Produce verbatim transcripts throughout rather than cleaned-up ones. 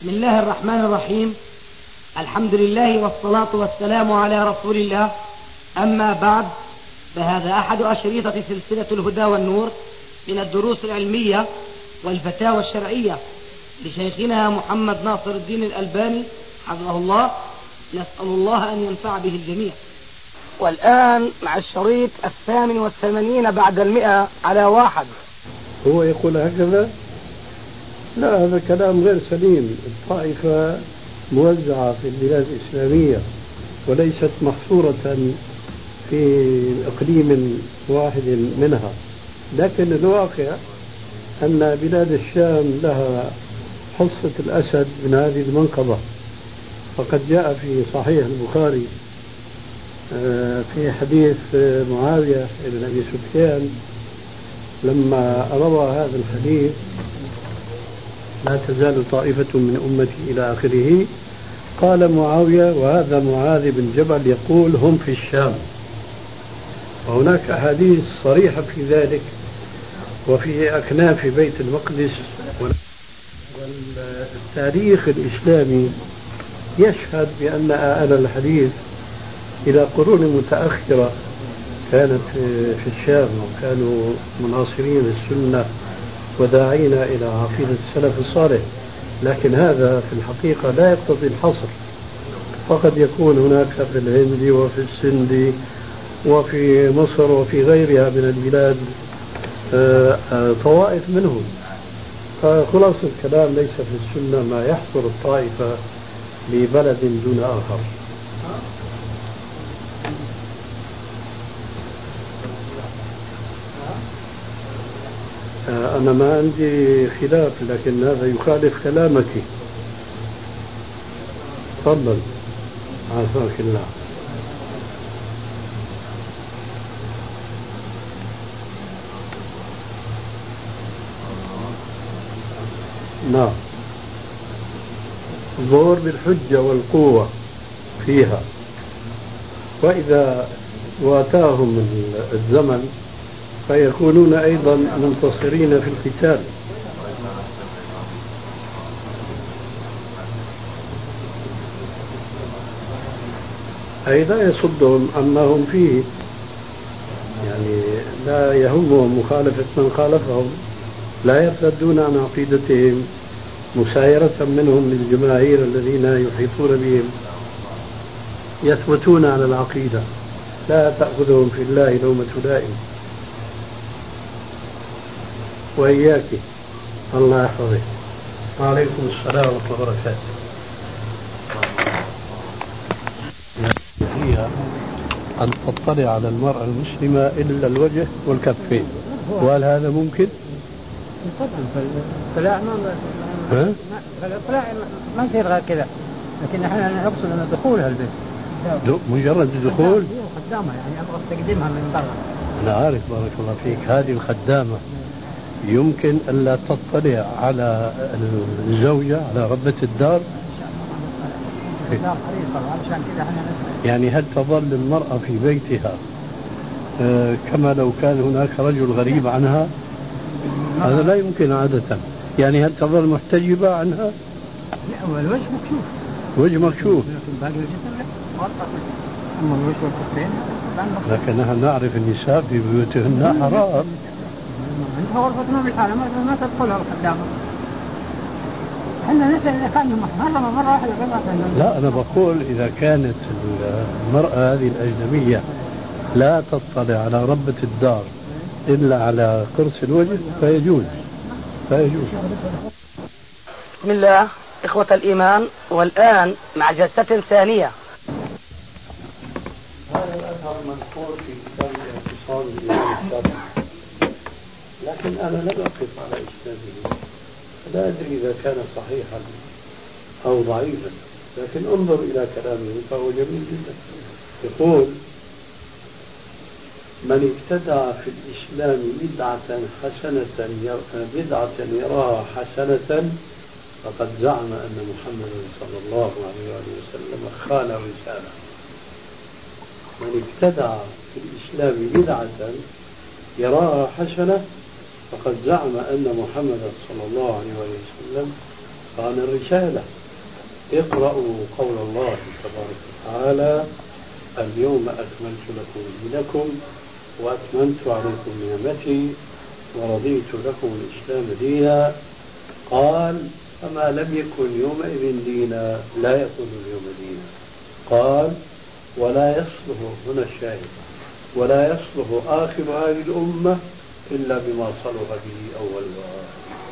بسم الله الرحمن الرحيم. الحمد لله والصلاة والسلام على رسول الله. أما بعد، فهذا أحد أشريطة سلسلة الهدى والنور من الدروس العلمية والفتاوى الشرعية لشيخنا محمد ناصر الدين الألباني حفظه الله. نسأل الله أن ينفع به الجميع. والآن مع الشريط الثامن والثمانين بعد المئة على واحد. هو يقول هكذا؟ لا، هذا كلام غير سليم. الطائفة موزعة في البلاد الإسلامية وليست محصورة في إقليم واحد منها، لكن الواقع أن بلاد الشام لها حصة الأسد من هذه المنقبة. فقد جاء في صحيح البخاري في حديث معاوية بن أبي سفيان لما روى هذا الحديث: لا تزال طائفة من أمتي إلى آخره. قال معاوية: وهذا معاذ بن جبل يقول هم في الشام. وهناك أحاديث صريحة في ذلك وفي أكناف بيت المقدس. والتاريخ الإسلامي يشهد بأن أهل الحديث إلى قرون متأخرة كانت في الشام وكانوا مناصرين للسنة وداعين إلى عقيدة السلف الصالح، لكن هذا في الحقيقة لا يقتضي الحصر، فقد يكون هناك في الهند وفي السند وفي مصر وفي غيرها من البلاد طوائف منهم. فخلاص الكلام ليس في السنة ما يحصر الطائفة لبلد دون آخر. أنا ما عندي خلاف، لكن هذا يخالف كلامك. تفضل. عافاك الله. نعم، الظهور بالحجة والقوة فيها، وإذا واتاهم الزمن فيكونون أيضا منتصرين في القتال. أي لا يصدهم عما هم فيه، يعني لا يهمهم مخالفة من خالفهم، لا يرتدون عن عقيدتهم مسايرة منهم للجماهير الذين يحيطون بهم، يثبتون على العقيدة، لا تأخذهم في الله لومة لائم. وإياك الله يحفظك. وعليكم السلام ورحمة الله وبركاته. هي أن تطلع على المرأة المسلمة إلا الوجه والكفين، وهل هذا ممكن؟ طلع ما طلع ما يصير غير كذا، لكن احنا نقصد ان دخولها البيت مجرد الدخول خدامة، يعني أبغى تقديمها من برا. أنا عارف، بارك الله فيك. هذه الخدامة يمكن ألا تطلع على الزوجة، على ربة الدار؟ يعني هل تظل المرأة في بيتها آه كما لو كان هناك رجل غريب عنها؟ هذا لا يمكن عادة. يعني هل تظل محتجبة عنها؟ لا، الوجه مكشوف. وجه مكشوف، لكن نحن نعرف النساء في بيوتهن حرام. انت غرفتنا بالحالة ما تدخلها الخدامة. احنا نسأل إذا كان مرة مرة واحدة. لا، أنا بقول إذا كانت المرأة هذه الأجنبية لا تطلع على ربة الدار إلا على قرص الوجه فيجوز فيجوز. بسم الله إخوة الإيمان، والآن مع جلسة ثانية. هذا الأثر منشور في كتاب الاعتصام بالإسلام، لكن أنا لم أقف على إسناده، لا أدري إذا كان صحيحا أو ضعيفا، لكن انظر إلى كلامه فهو جميل جدا. يقول: من ابتدع في الإسلام بدعة حسنة بدعة يراها حسنة فقد زعم أن محمدا صلى الله عليه وسلم خان الرسالة. من ابتدع في الإسلام بدعة يراها حسنة فقد زعم أن محمدا صلى الله عليه وسلم عن الرسالة. اقرأوا قول الله تبارك وتعالى: اليوم أكملت لكم دينكم وأتممت عليكم نعمتي ورضيت لكم الإسلام دينا. قال: فما لم يكن يومئذ دينا لا يكون اليوم دينا. قال: ولا يصلح، هنا الشاهد، ولا يصلح آخر هذه الأمة إلا بما صلح به أولها.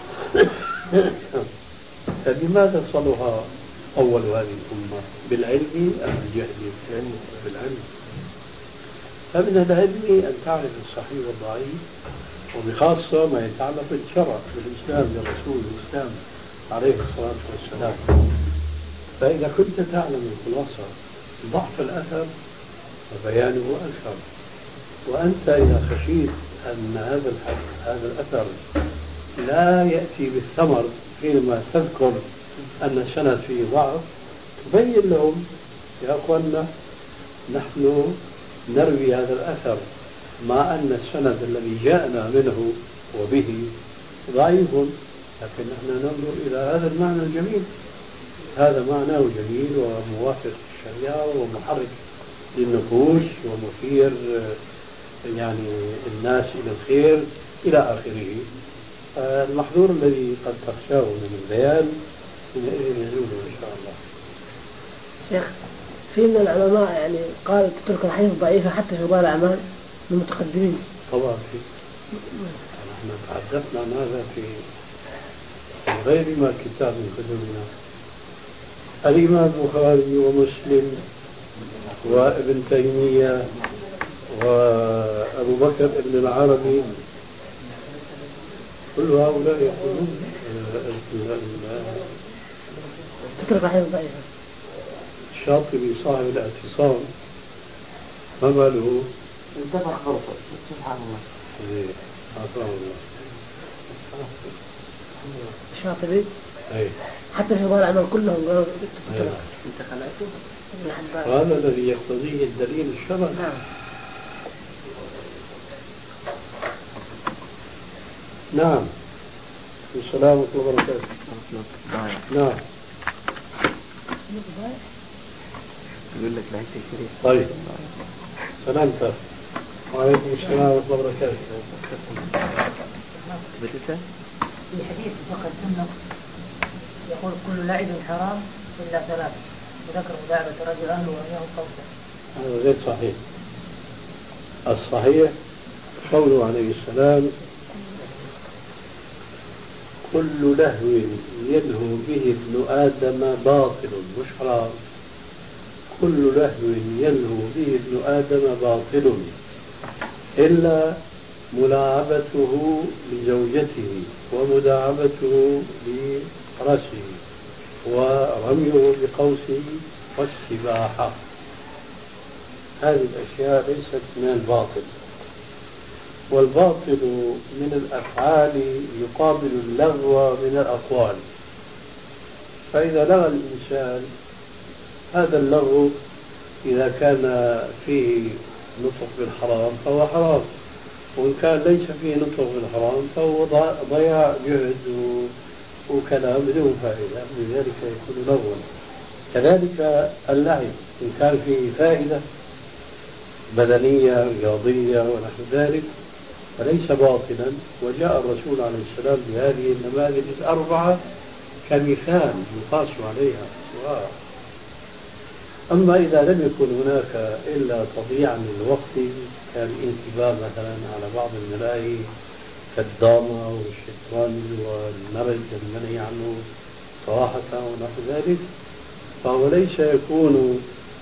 فبماذا صلح أول هذه الأمة؟ بالعلم أم بالجهل؟ بالعلم. فمن العلم أن تعرف الصحيح والضعيف، وبخاصة ما يتعلق بالشرع بالإسلام لرسول الإسلام عليه الصلاة والسلام. فإذا كنت تعلم الخلاصة ضعف الأثر فبيانه أكثر. وأنت إذا خشيت أن هذا هذا الأثر لا يأتي بالثمر حينما تذكر أن السند فيه ضعف، تبين لهم: يا أخوانا، نحن نروي هذا الأثر مع أن السند الذي جاءنا منه وبه ضعيف، لكن نحن ننظر إلى هذا المعنى الجميل. هذا معناه جميل وموافق للشريعة ومحرك للنفوس ومثير يعني الناس إلى الخير إلى آخره. المحظور الذي قد تخشاه من البيان يزول إن شاء الله. شيخ، في من العلماء يعني قال تترك الحديث ضعيفة حتى في بعض الأعمال المتقدمين. طبعا في، نحن تحدثنا عن هذا في غير ما كتاب من كتبنا. الإمام البخاري ومسلم وابن تيمية وأبو بكر ابن العربي، كل هؤلاء يقولون تترك الحديث ضعيفة. الشاطبي صاحب الاعتصام ما باله؟ انتفع خرطة. سبحان الله. عفوا الله. الشاطبي أي حتى في بعض الأعمال كلهم قالوا أي. انت خلعته. هذا الذي يقتضيه الدليل الشرعي. نعم. نعم. السلام ورحمة الله وبركاته. نعم. يقول لك بعد تشريف. طيب. سلامتك. وعليكم السلام ورحمة الله وبركاته. بدأت؟ في حديث فقه السنة يقول: كل لعب حرام إلا ثلاث، وذكر مداعبة الرجل أهله ورميه قوسه. هذا غير صحيح. الصحيح قوله عليه السلام: كل لهو يلهو به ابن آدم باطل، مش حرام. كل لهو يلهو به ابن آدم باطل إلا ملاعبته لزوجته ومداعبته لرأسه ورميه بقوسه والسباحة. هذه الأشياء ليست من الباطل، والباطل من الأفعال يقابل اللغو من الأقوال. فإذا لغى الإنسان، هذا اللغو إذا كان فيه نطق بالحرام فهو حرام، وإن كان ليس فيه نطق بالحرام فهو ضياع جهد وكلام بدون فائدة، لذلك يكون لغوا. كذلك اللعب إن كان فيه فائدة بدنية رياضية ونحو ذلك فليس باطلا. وجاء الرسول عليه السلام بهذه النماذج الأربعة كمثال يقاس عليها. أما إذا لم يكن هناك إلا تضييع من الوقت كالانتباه مثلا على بعض الملاهي كالدامة والشطرنج والنرد المنهي عنه صراحة ونحو ذلك، فهو ليس يكون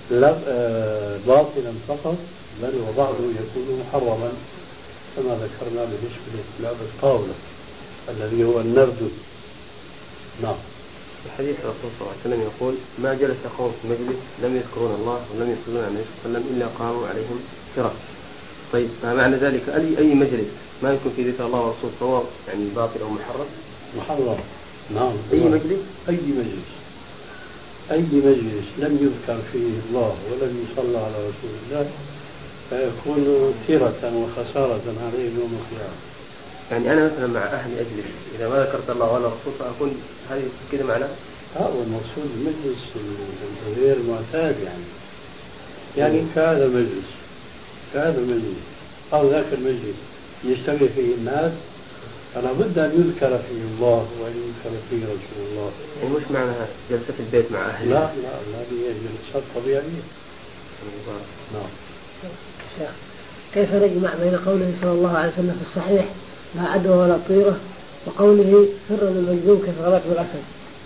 باطلا فقط، بل وبعضه يكون محرما كما ذكرنا بالنسبة للعب الطاولة الذي هو النرد. نعم. في حديث الرسول صلى الله عليه وسلم يقول: ما جلس قوم في مجلس لم يذكرون الله ولم يصلون على النبي صلى الله عليه وسلم إلا قاموا عليهم شرف. طيب، معنى ذلك أي أي مجلس ما يكون في ذكر الله ورسوله فهو يعني باطل أو محرم؟ محرم. نعم. أي مجلس؟ أي مجلس أي مجلس لم يذكر فيه الله ولم يصلى على رسول الله فيكون تيرة وخسارة عليه يوم القيامة. يعني أنا مثلا مع أهلي أجلس، إذا ما ذكرت الله ولا رسول فأكون هذه كده معناه؟ هذا المقصود المجلس غير معتاد يعني. يعني كهذا مجلس كهذا مجلس أو ذاك المجلس يجتمع فيه الناس، فلا بد أن يذكر فيه الله وأن يذكر فيه رسول الله. يعني مش معنى جلسة البيت مع أهلي؟ لا لا لا، هي جلسات طبيعية. نعم. شيخ، كيف نجمع بين قوله صلى الله عليه وسلم في الصحيح لا عدوى ولا طيرة وقوله فر من المجذوب كيف غلط بالأسد؟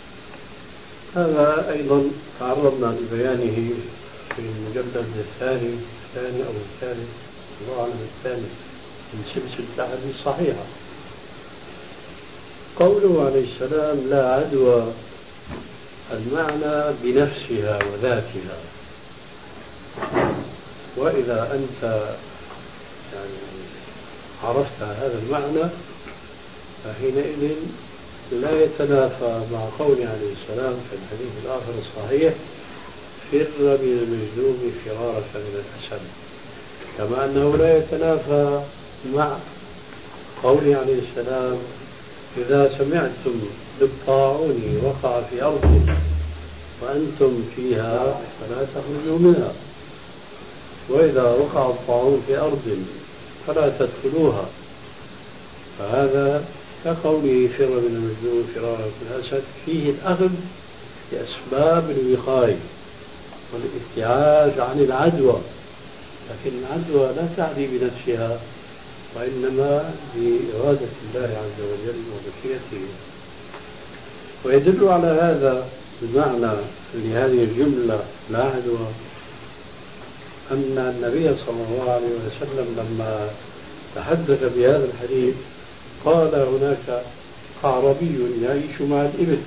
هذا أيضا تعرضنا لبيانه في المجلد الثاني الثاني أو الثالث، الله أعلم الثاني، من سلسلة الأحاديث الصحيحة. قوله عليه السلام لا عدوى، المعنى بنفسها وذاتها، وإذا أنت يعني عرفت هذا المعنى فحينئذ لا يتنافى مع قول عليه السلام في الحديث الآخر الصحيح فر من المجذوم فرارك من الأسد، كما أنه لا يتنافى مع قول عليه السلام إذا سمعتم بالطاعون وقع في أرض وأنتم فيها فلا تخرجوا منها، وإذا وقع الطاعون في أرض فلا تدخلوها. فهذا كقوله فر من المجذوم فرارك من الأسد، فيه الأخذ بأسباب الوقاية والابتعاد عن العدوى، لكن العدوى لا تعني بنفسها وإنما بإرادة الله عز وجل ومشيئته. ويدل على هذا المعنى لهذه الجملة لا عدوى أن النبي صلى الله عليه وسلم لما تحدث بهذا الحديث قال هناك أعرابي يعيش مع الإبل،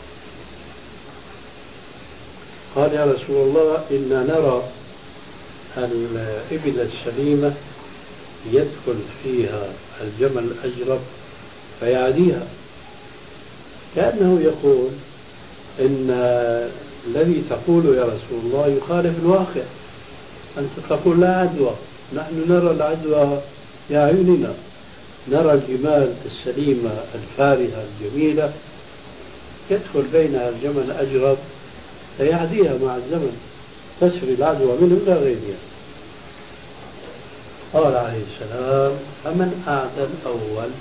قال يا رسول الله إنا نرى الإبل السليمة يدخل فيها الجمل الأجرب فيعديها، كأنه يقول إن الذي تقوله يا رسول الله يخالف الواقع، أنت تقول لا عدوى، نحن نرى العدوى بأعيننا، نرى الجمال السليمة الفارهة الجميلة يدخل بينها الجمل الأجرب فيعديها مع الزمن، تسري العدوى منه لا غيرها. قال عليه السلام فمن أعدى الأول؟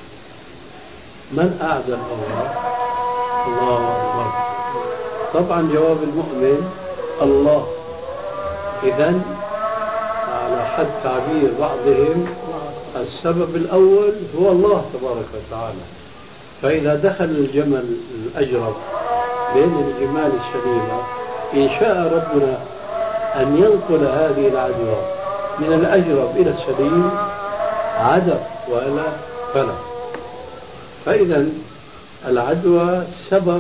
من أعدى الأول؟ الله أكبر. طبعا جواب المؤمن الله. إذن على حد تعبير بعضهم السبب الأول هو الله تبارك وتعالى، فإذا دخل الجمل الأجرب بين الجمال السليمة إن شاء ربنا أن ينقل هذه العدوى من الأجرب إلى السليم عدى، وإلا فلا. فإذا العدوى سبب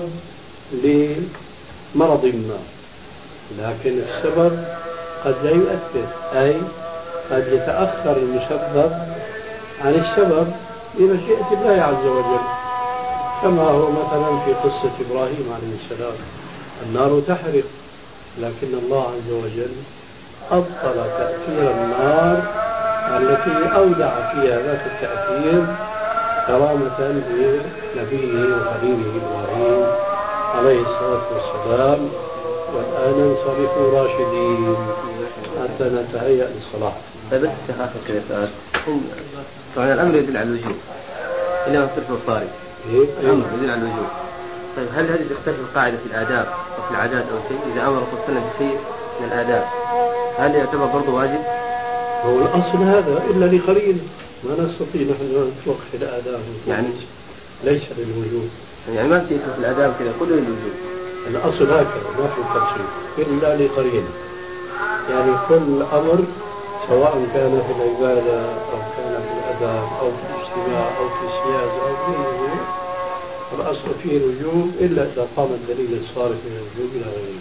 لمرض ما، لكن السبب قد لا يؤثر، أي قد يتأخر المسبب عن السبب بمشيئة الله عز وجل، كما هو مثلا في قصة إبراهيم عليه السلام، النار تحرق لكن الله عز وجل أبطل تأثير النار التي أودع فيها ذات التأثير كرامة لنبيه وخليله إبراهيم عليه الصلاة والسلام. والآن انصرفوا راشدين حتى نتهيأ للصلاة. طيب بس الشيخ كذا سؤال، طبعا الأمر يدل على الوجوب إلا ما صرف الطارئ، الأمر يدل على الوجوب. طيب هل هذه تختلف القاعدة في الآداب أو في العادات أو شيء؟ إذا أمر الرسول صلى الله عليه وسلم بشيء من الآداب هل يعتبر برضه واجب؟ هو الأصل هذا إلا لقرينة، ما نستطيع نحن أن نتوقف الآداب يعني ليس للوجوب، يعني ما في شيء في الآداب كذا كله للوجوب. الأصل هكذا ما في تفصيل إلا لقرينة، يعني كل أمر سواء كان في العبادة أو كان في الأداب أو في الاجتماع أو في السياسة أو في غيره الأصل فيه الوجوب إلا إذا قام الدليل الصارف من الوجوب إلى غيره.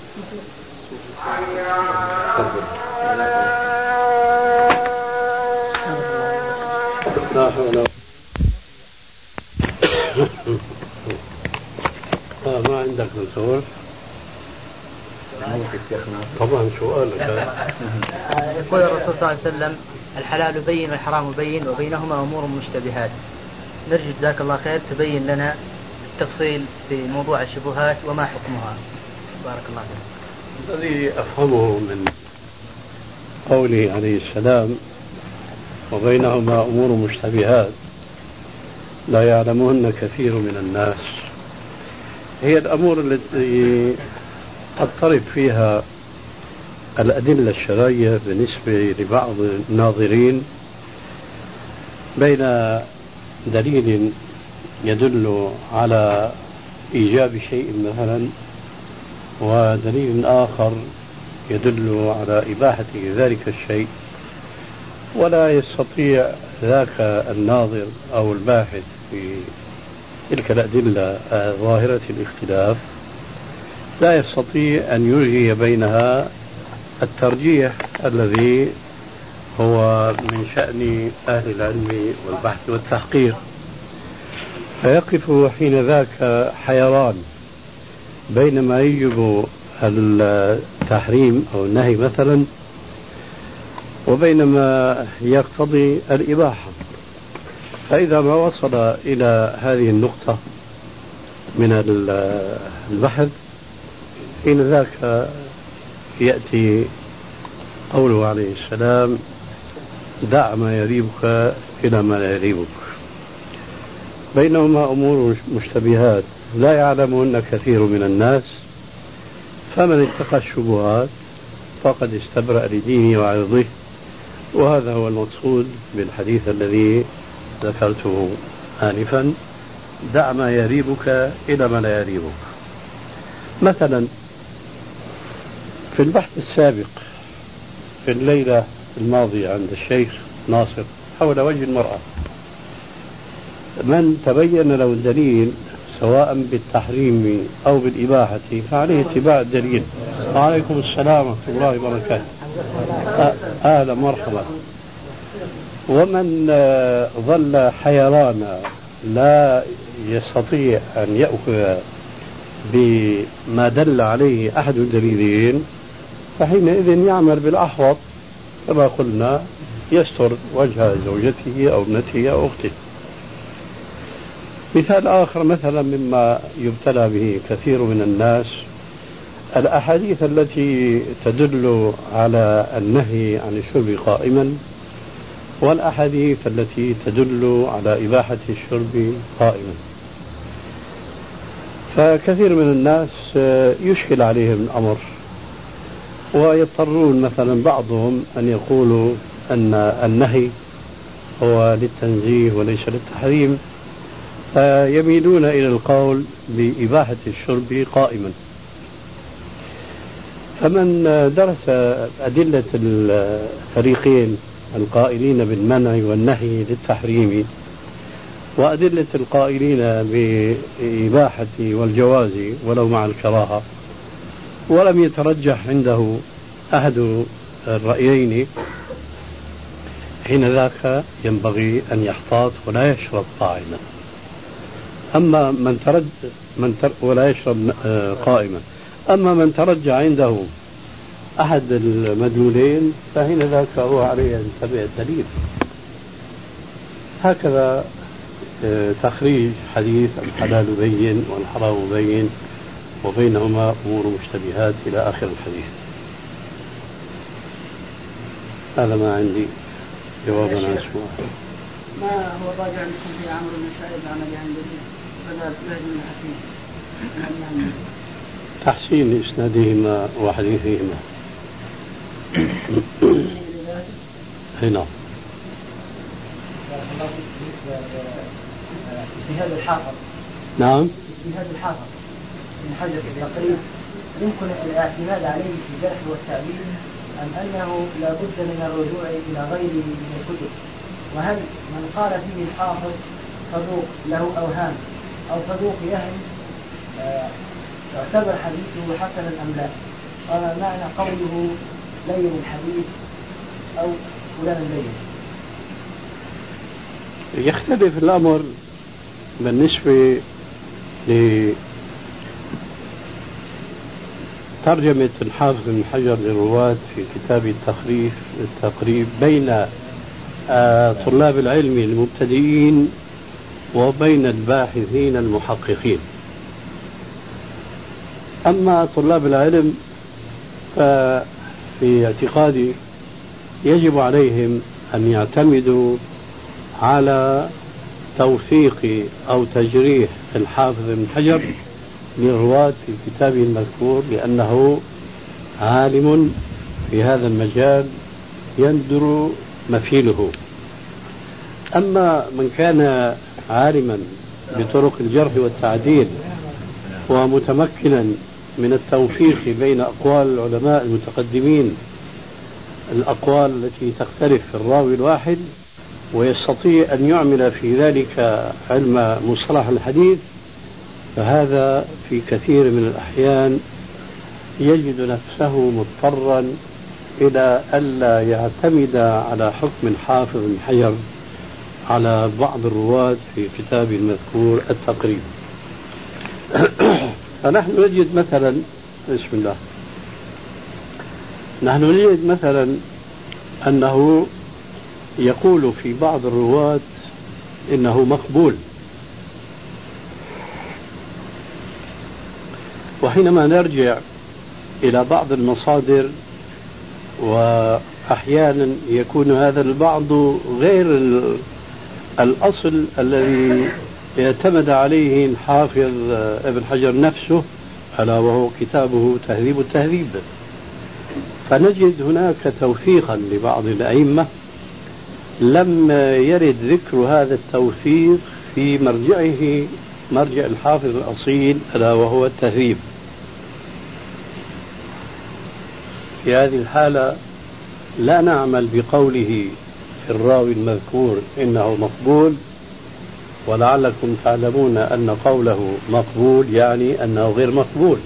لا حول آه ما عندك دكتور؟ طبعا سؤالك. يقول الرسول صلى الله عليه وسلم الحلال بين والحرام بين وبينهما أمور مشتبهات، نرجو جزاك الله خير تبين لنا التفصيل في موضوع الشبهات وما حكمها. بارك الله فيك. الذي أفهمه من قوله عليه السلام وبينهما أمور مشتبهات لا يعلمهن كثير من الناس، هي الأمور التي تضطرب فيها الأدلة الشرعية بالنسبة لبعض الناظرين بين دليل يدل على إيجاب شيء مثلا ودليل آخر يدل على إباحة ذلك الشيء، ولا يستطيع ذاك الناظر أو الباحث في تلك الأدلة ظاهرة الاختلاف لا يستطيع أن يلغي بينها الترجيح الذي هو من شأن أهل العلم والبحث والتحقيق، فيقف حين ذاك حيران بين ما يجب التحريم أو النهي مثلا وبين ما يقتضي الإباحة. فإذا ما وصل إلى هذه النقطة من البحث حين ذاك يأتي قوله عليه السلام دع ما يريبك إلى ما لا يريبك. بينهما أمور مشتبهات لا يعلمهن كثير من الناس، فمن اتقى الشبهات فقد استبرأ لدينه وعرضه، وهذا هو المقصود بالحديث الذي ذكرته آنفا دع ما يريبك إلى ما لا يريبك. مثلا في البحث السابق في الليلة الماضية عند الشيخ ناصر حول وجه المرأة، من تبين له الدليل سواء بالتحريم أو بالإباحة فعليه اتباع الدليل. وعليكم السلام ورحمة الله وبركاته. أهلا مرحبا. ومن ظل حيرانا لا يستطيع أن يأخذ بما دل عليه أحد الدليلين فحينئذ يعمل بالأحوط كما قلنا يستر وجه زوجته أو ابنته أو أخته. مثال آخر مثلا مما يبتلى به كثير من الناس الأحاديث التي تدل على النهي عن الشرب قائما والأحاديث التي تدل على إباحة الشرب قائما. فكثير من الناس يشكل عليهم الأمر ويضطرون مثلا بعضهم أن يقولوا أن النهي هو للتنزيه وليس للتحريم، فيميلون إلى القول بإباحة الشرب قائما. فمن درس أدلة الفريقين القائلين بالمنع والنهي للتحريم وأدلة القائلين بإباحة والجواز ولو مع الكراهة ولم يترجح عنده أحد الرأيين، حين ذاك ينبغي أن يحتاط ولا يشرب قائما. أما من ترج من تر ولا يشرب قائما أما من ترجع عنده أحد المدلولين فحين ذاك هو عليه أن يتبع الدليل. هكذا تخريج حديث الحلال بين والحرام بين وبينهما أمور مشتبهات إلى آخر الحديث. هذا ما عندي جواب عن سؤال. ما هو الراجع لكم في عمرو بن شعيب عمل عن بدأ زهد بن حكيم تحسين إسنادهما وحديثهما. هنا في هذا الحافظ. نعم في هذا الحافظ من حجر التقريب يمكن الاعتماد عليه في الجرح والتعديل أم أنه لا بد من الرجوع إلى غيره من الكتب؟ وهل من قال فيه الحافظ صدوق له أوهام أو صدوق يهم يعتبر حديثه حسنا أم لا؟ وما معنى قوله لين الحديث أو فلان لين؟ يختلف الأمر بالنسبة لترجمة الحافظ بن حجر للرواة في كتاب التخريف التقريب بين طلاب العلم المبتدئين وبين الباحثين المحققين. أما طلاب العلم ففي اعتقادي يجب عليهم أن يعتمدوا على توثيق أو تجريح الحافظ ابن حجر للرواة في كتابه المذكور، لأنه عالم في هذا المجال يندر مثيله. أما من كان عالما بطرق الجرح والتعديل ومتمكنا من التوفيق بين أقوال العلماء المتقدمين، الأقوال التي تختلف في الراوي الواحد، ويستطيع أن يعمل في ذلك علم مصطلح الحديث، فهذا في كثير من الأحيان يجد نفسه مضطرا إلى ألا يعتمد على حكم الحافظ بن حجر على بعض الرواة في كتابه المذكور التقريب. فنحن نجد مثلا بسم الله نحن نجد مثلا أنه يقول في بعض الرواة إنه مقبول، وحينما نرجع إلى بعض المصادر وأحيانا يكون هذا البعض غير الأصل الذي اعتمد عليه الحافظ ابن حجر نفسه، ألا وهو كتابه تهذيب التهذيب، فنجد هناك توثيقا لبعض الأئمة لم يرد ذكر هذا التوثيق في مرجعه مرجع الحافظ الأصيل ألا وهو التهذيب. في هذه الحالة لا نعمل بقوله في الراوي المذكور إنه مقبول، ولعلكم تعلمون أن قوله مقبول يعني أنه غير مقبول،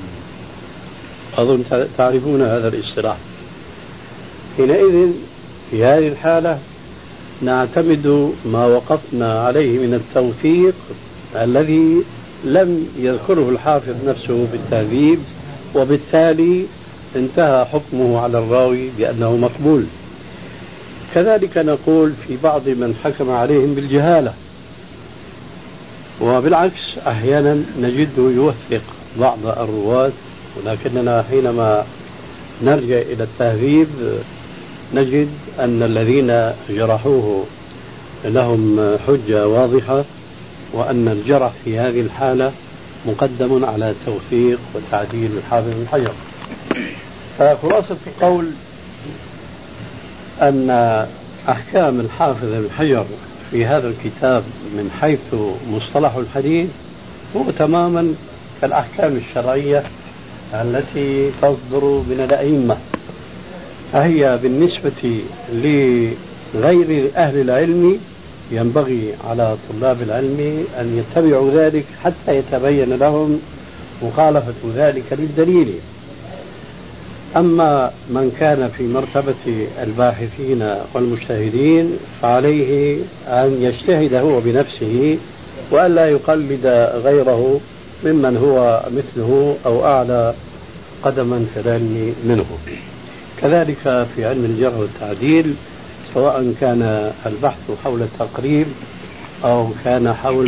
أظن تعرفون هذا الاصطلاح. حينئذ في هذه الحالة نعتمد ما وقفنا عليه من التوثيق الذي لم يذكره الحافظ نفسه بالتهذيب، وبالتالي انتهى حكمه على الراوي بأنه مقبول. كذلك نقول في بعض من حكم عليهم بالجهالة، وبالعكس أحيانا نجده يوثق بعض الرواة، ولكننا حينما نرجع إلى التهذيب نجد أن الذين جرحوه لهم حجة واضحة، وأن الجرح في هذه الحالة مقدم على التوثيق والتعديل الحافظ بن حجر. فخلاصة القول أن أحكام الحافظ بن حجر في هذا الكتاب من حيث مصطلح الحديث هو تماما كالأحكام الشرعية التي تصدر من الأئمة، فهي بالنسبة لغير أهل العلم ينبغي على طلاب العلم أن يتبعوا ذلك حتى يتبين لهم مخالفة ذلك للدليل. أما من كان في مرتبة الباحثين والمجتهدين فعليه أن يجتهد هو بنفسه وألا يقلد غيره ممن هو مثله أو أعلى قدما في العلم منه. كذلك في علم الجرح والتعديل، سواء كان البحث حول التقريب أو كان حول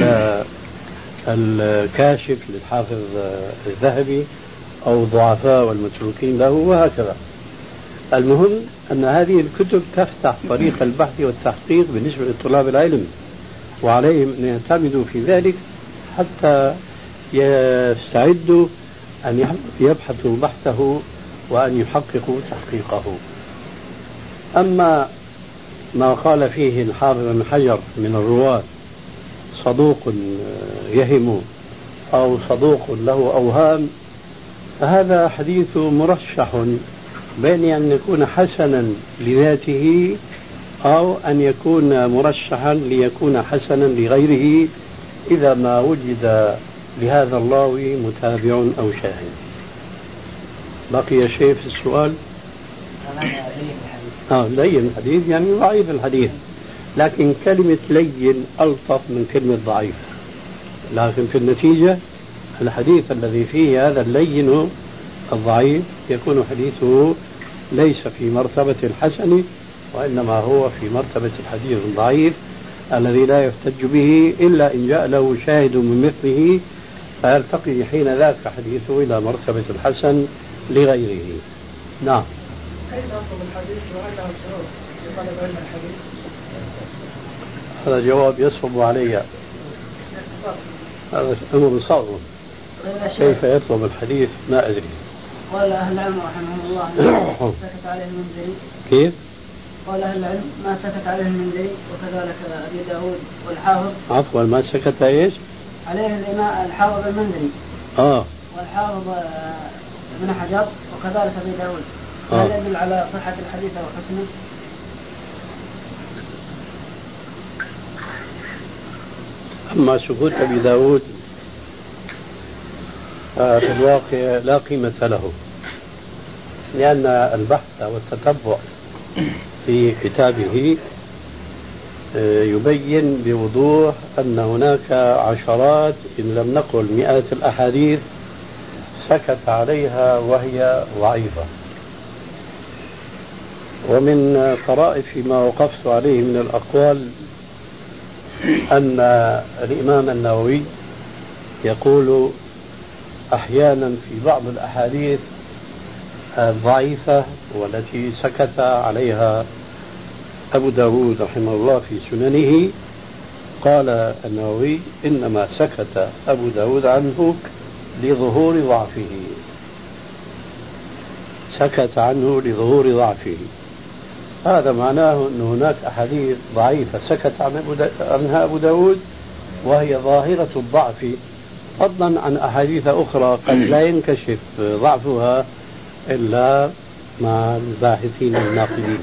الكاشف للحافظ الذهبي أو ضعفاء والمتروكين له وهكذا. المهم أن هذه الكتب تفتح طريق البحث والتحقيق بالنسبة لطلاب العلم، وعليهم أن يعتمدوا في ذلك حتى يستعدوا أن يبحثوا بحثه وأن يحققوا تحقيقه. أما ما قال فيه الحافظ بن حجر من الرواة صدوق يهم أو صدوق له أوهام، فهذا حديث مرشح بين أن يكون حسنا لذاته أو أن يكون مرشحا ليكون حسنا لغيره إذا ما وجد لهذا الراوي متابع أو شاهد. بقي شيء في السؤال؟ آه لين الحديث يعني ضعيف الحديث، لكن كلمة لين ألطف من كلمة ضعيف، لكن في النتيجة الحديث الذي فيه هذا اللين الضعيف يكون حديثه ليس في مرتبة الحسن، وإنما هو في مرتبة الحديث الضعيف، الذي لا يحتج به إلا إن جاء له شاهد من مثله، فيرتقي حين ذاك حديثه إلى مرتبة الحسن لغيره. نعم. كيف يطلب الحديث وهل له شروط في طلب علم الحديث؟ هذا جواب يصعب علي، هذا أمر صعب. كيف يطلب الحديث ما أدري. قال أهل العلم رحمهم الله سكت عليه المنذري. كيف؟ قال أهل العلم ما سكت عليه المنذري وكذلك أبي داود والحافظ. عفوا ما سكت إيش؟ عليه الإمام الحافظ المنذري. آه. والحافظ ابن حجر وكذلك أبي داود. آه. هل يدل على صحة الحديث وحسنه؟ أما سكوت أبي داود في الواقع لا قيمة له، لأن البحث والتتبع في كتابه يبين بوضوح أن هناك عشرات إن لم نقل مئات الأحاديث سكت عليها وهي ضعيفة. ومن طرائف ما وقفت عليه من الأقوال أن الإمام النووي يقول أحيانا في بعض الأحاديث الضعيفة والتي سكت عليها أبو داود رحمه الله في سننه، قال النووي إنما سكت أبو داود عنه لظهور ضعفه، سكت عنه لظهور ضعفه. هذا معناه أن هناك أحاديث ضعيفة سكت عنها أبو داود وهي ظاهرة الضعف، فضلا عن أحاديث أخرى قد لا ينكشف ضعفها إلا مع الباحثين الناقدين.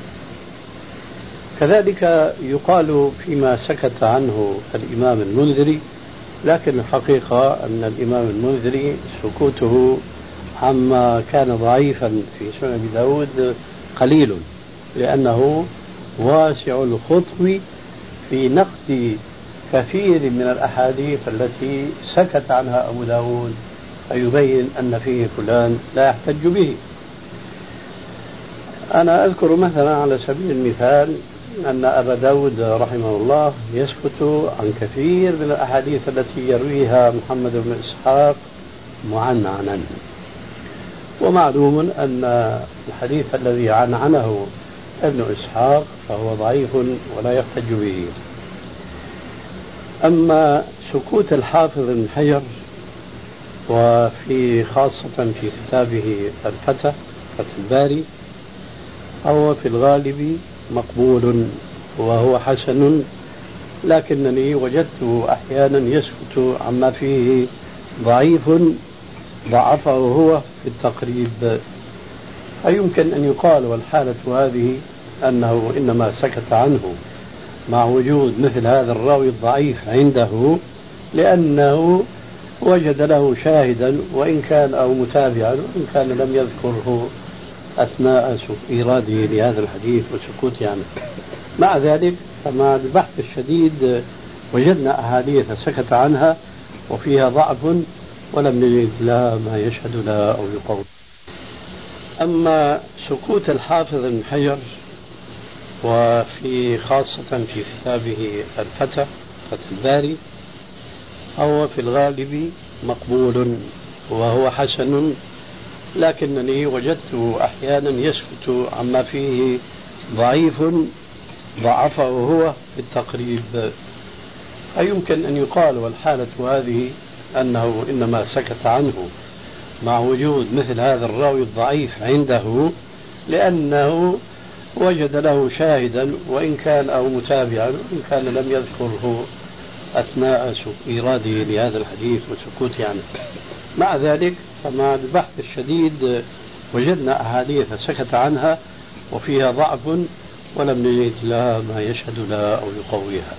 كذلك يقال فيما سكت عنه الإمام المنذري، لكن الحقيقة أن الإمام المنذري سكوته عما كان ضعيفا في سنن أبي داود قليل، لأنه واسع الخطو في نقد كثير من الأحاديث التي سكت عنها أبو داود، فيبين أن فيه فلان لا يحتج به. أنا أذكر مثلا على سبيل المثال أن أبا داود رحمه الله يسكت عن كثير من الأحاديث التي يرويها محمد بن إسحاق معنعنا، ومعلوم أن الحديث الذي عنعنه ابن إسحاق فهو ضعيف ولا يحتج به. أما سكوت الحافظ بن حجر وفي خاصة في كتابه الفتح فتح الباري هو في الغالب مقبول وهو حسن، لكنني وجدته أحيانا يسكت عما فيه ضعيف ضعفه هو في التقريب. فيمكن أن يقال والحالة هذه أنه إنما سكت عنه مع وجود مثل هذا الراوي الضعيف عنده لأنه وجد له شاهدا وإن كان أو متابعا وإن كان لم يذكره أثناء إيراده لهذا الحديث وسكوته عنه. مع ذلك فمع البحث الشديد وجدنا أحاديث سكت عنها وفيها ضعف ولم نجد لها ما يشهد لها أو يقول. أما سكوت الحافظ بن حجر وفي خاصة في كتابه الفتح فتح الباري هو في الغالب مقبول وهو حسن، لكنني وجدته أحيانا يسكت عما فيه ضعيف ضعفه هو في التقريب. فيمكن أن يقال والحالة هذه أنه إنما سكت عنه مع وجود مثل هذا الراوي الضعيف عنده لأنه وجد له شاهدا وإن كان أو متابعا وإن كان لم يذكره أثناء إيراده لهذا الحديث وسكوته عنه. مع ذلك فمع البحث الشديد وجدنا أحاديث سكت عنها وفيها ضعف ولم نجد لها ما يشهد لها أو يقويها.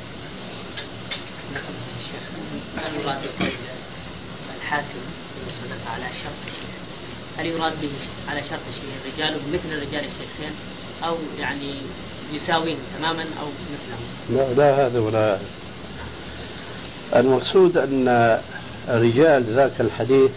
هل يراد الحاكم يصنف على شرط شيء؟ هل يراد به على شرط شيء رجاله مثل رجال الشيخين أو يعني يساوين تماما أو مثلهم؟ لا لا هذا ولا هذا. المقصود أن رجال ذاك الحديث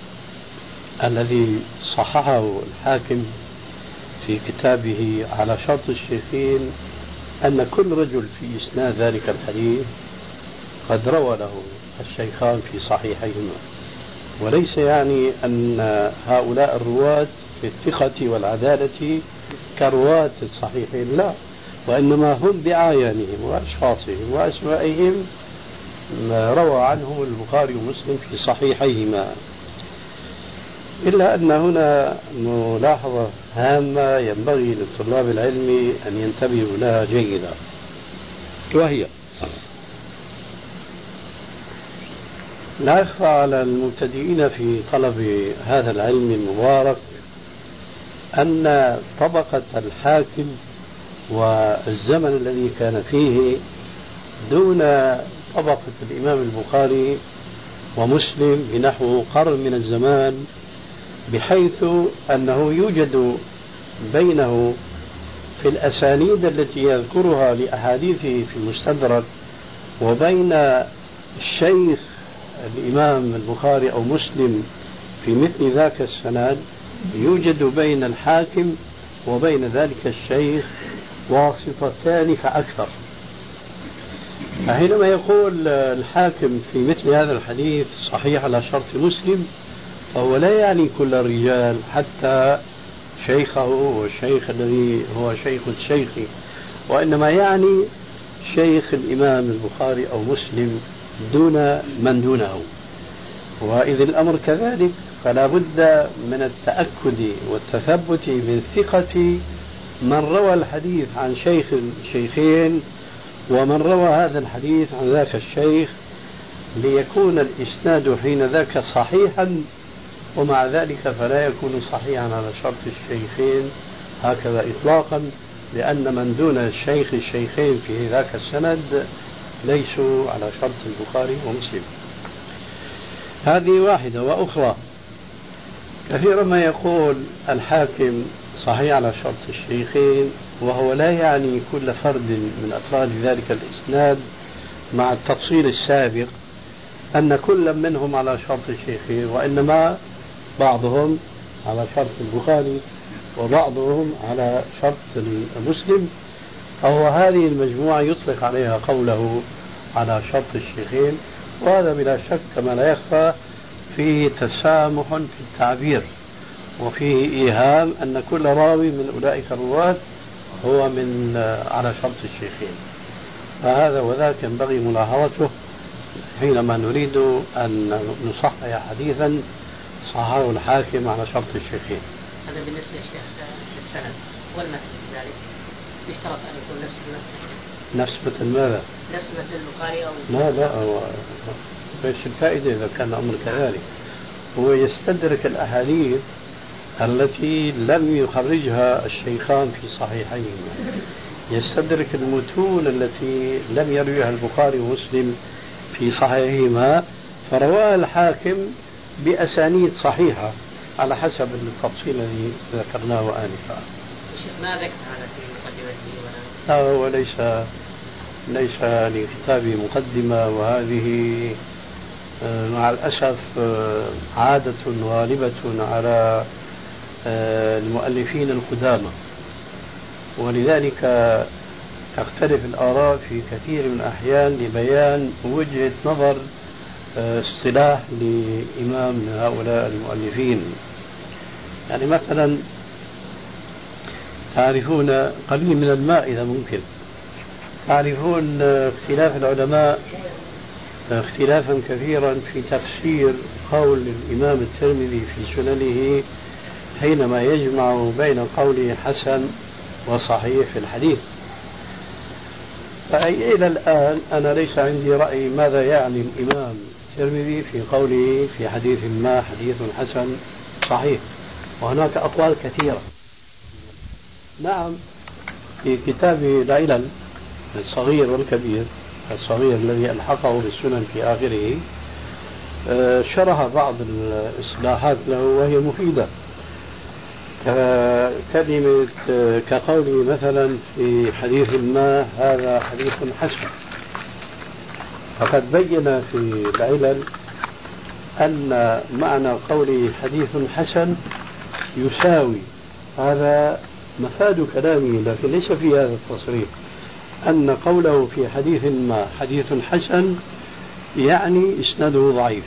الذي صححه الحاكم في كتابه على شرط الشيخين أن كل رجل في إسناد ذلك الحديث قد روى له الشيخان في صحيحيهما، وليس يعني أن هؤلاء الرواة في الثقة والعدالة كرواة الصحيحين، لا، وإنما هم بعيانهم وأشخاصهم وأسمائهم روى عنهم البخاري ومسلم في صحيحيهما. إلا أن هنا ملاحظة هامة ينبغي للطلاب العلم أن ينتبهوا لها جيدا، وهي لا يخفى على المبتدئين في طلب هذا العلم المبارك أن طبقة الحاكم والزمن الذي كان فيه دون طبقة الإمام البخاري ومسلم بنحو قرن من الزمان، بحيث أنه يوجد بينه في الأسانيد التي يذكرها لأحاديثه في المستدرك وبين الشيخ الإمام البخاري أو مسلم في مثل ذاك السند يوجد بين الحاكم وبين ذلك الشيخ واسطتان فأكثر. فحينما يقول الحاكم في مثل هذا الحديث صحيح على شرط مسلم، فهو لا يعني كل الرجال حتى شيخه والشيخ الذي هو شيخ الشيخ، وإنما يعني شيخ الإمام البخاري أو مسلم دون من دونه. وإذ الأمر كذلك فلا بد من التأكد والتثبت من ثقة من روى الحديث عن شيخ الشيخين ومن روى هذا الحديث عن ذاك الشيخ، ليكون الإسناد حين ذاك صحيحا، ومع ذلك فلا يكون صحيحا على شرط الشيخين هكذا إطلاقا، لأن من دون الشيخ الشيخين في ذاك السند ليسوا على شرط البخاري ومسلم. هذه واحدة. وأخرى، كثيرا ما يقول الحاكم صحيح على شرط الشيخين، وهو لا يعني كل فرد من أفراد ذلك الإسناد، مع التفصيل السابق أن كل منهم على شرط الشيخين، وإنما بعضهم على شرط البخاري وبعضهم على شرط المسلم، فهو هذه المجموعة يطلق عليها قوله على شرط الشيخين. وهذا بلا شك كما لا يخفى فيه تسامح في التعبير، وفيه إيهام أن كل راوي من أولئك الرواة هو من على شرط الشيخين. فهذا وذاك ينبغي ملاحظته حينما نريد أن نصحح حديثا صححه الحاكم على شرط الشيخين. هذا بالنسبة للشيخ للسند والمتن ذلك يشترط أن يكون نفس المتن. نفس مثل ماذا؟ نفس مثل البخاري أو لا لا هو ايش الفائدة إذا كان الأمر كذلك؟ هو يستدرك الأحاديث التي لم يخرجها الشيخان في صحيحيهما، يستدرك المتون التي لم يرويها البخاري ومسلم في صحيحهما، فرواها الحاكم بأسانيد صحيحة على حسب التفصيل الذي ذكرناه آنفا. ما ذكر هذا في مقدمته ولا؟ لا، هو ليس ليس لكتابه مقدمة، وهذه مع الأسف عادة غالبة على المؤلفين القدامى، ولذلك تختلف الآراء في كثير من الأحيان لبيان وجهة نظر اصطلاح لإمام من هؤلاء المؤلفين. يعني مثلا تعرفون قليل من الماء إذا ممكن، تعرفون اختلاف العلماء اختلافا كثيرا في تفسير قول الإمام الترمذي في سننه حينما يجمع بين قوله حسن وصحيح في الحديث. فأي إلى الآن أنا ليس عندي رأي ماذا يعني الإمام الترمذي في قوله في حديث ما حديث حسن صحيح، وهناك أقوال كثيرة. نعم، في كتابه العلل الصغير والكبير، الصغير الذي ألحقه بالسنن في آخره شرح بعض الإصلاحات له وهي مفيدة، كلمة كقوله مثلا في حديث ما هذا حديث حسن، فقد بين في العلل أن معنى قوله حديث حسن يساوي، هذا مفاد كلامه لكن ليس في هذا التصريح، أن قوله في حديث ما حديث حسن يعني إسناده ضعيف،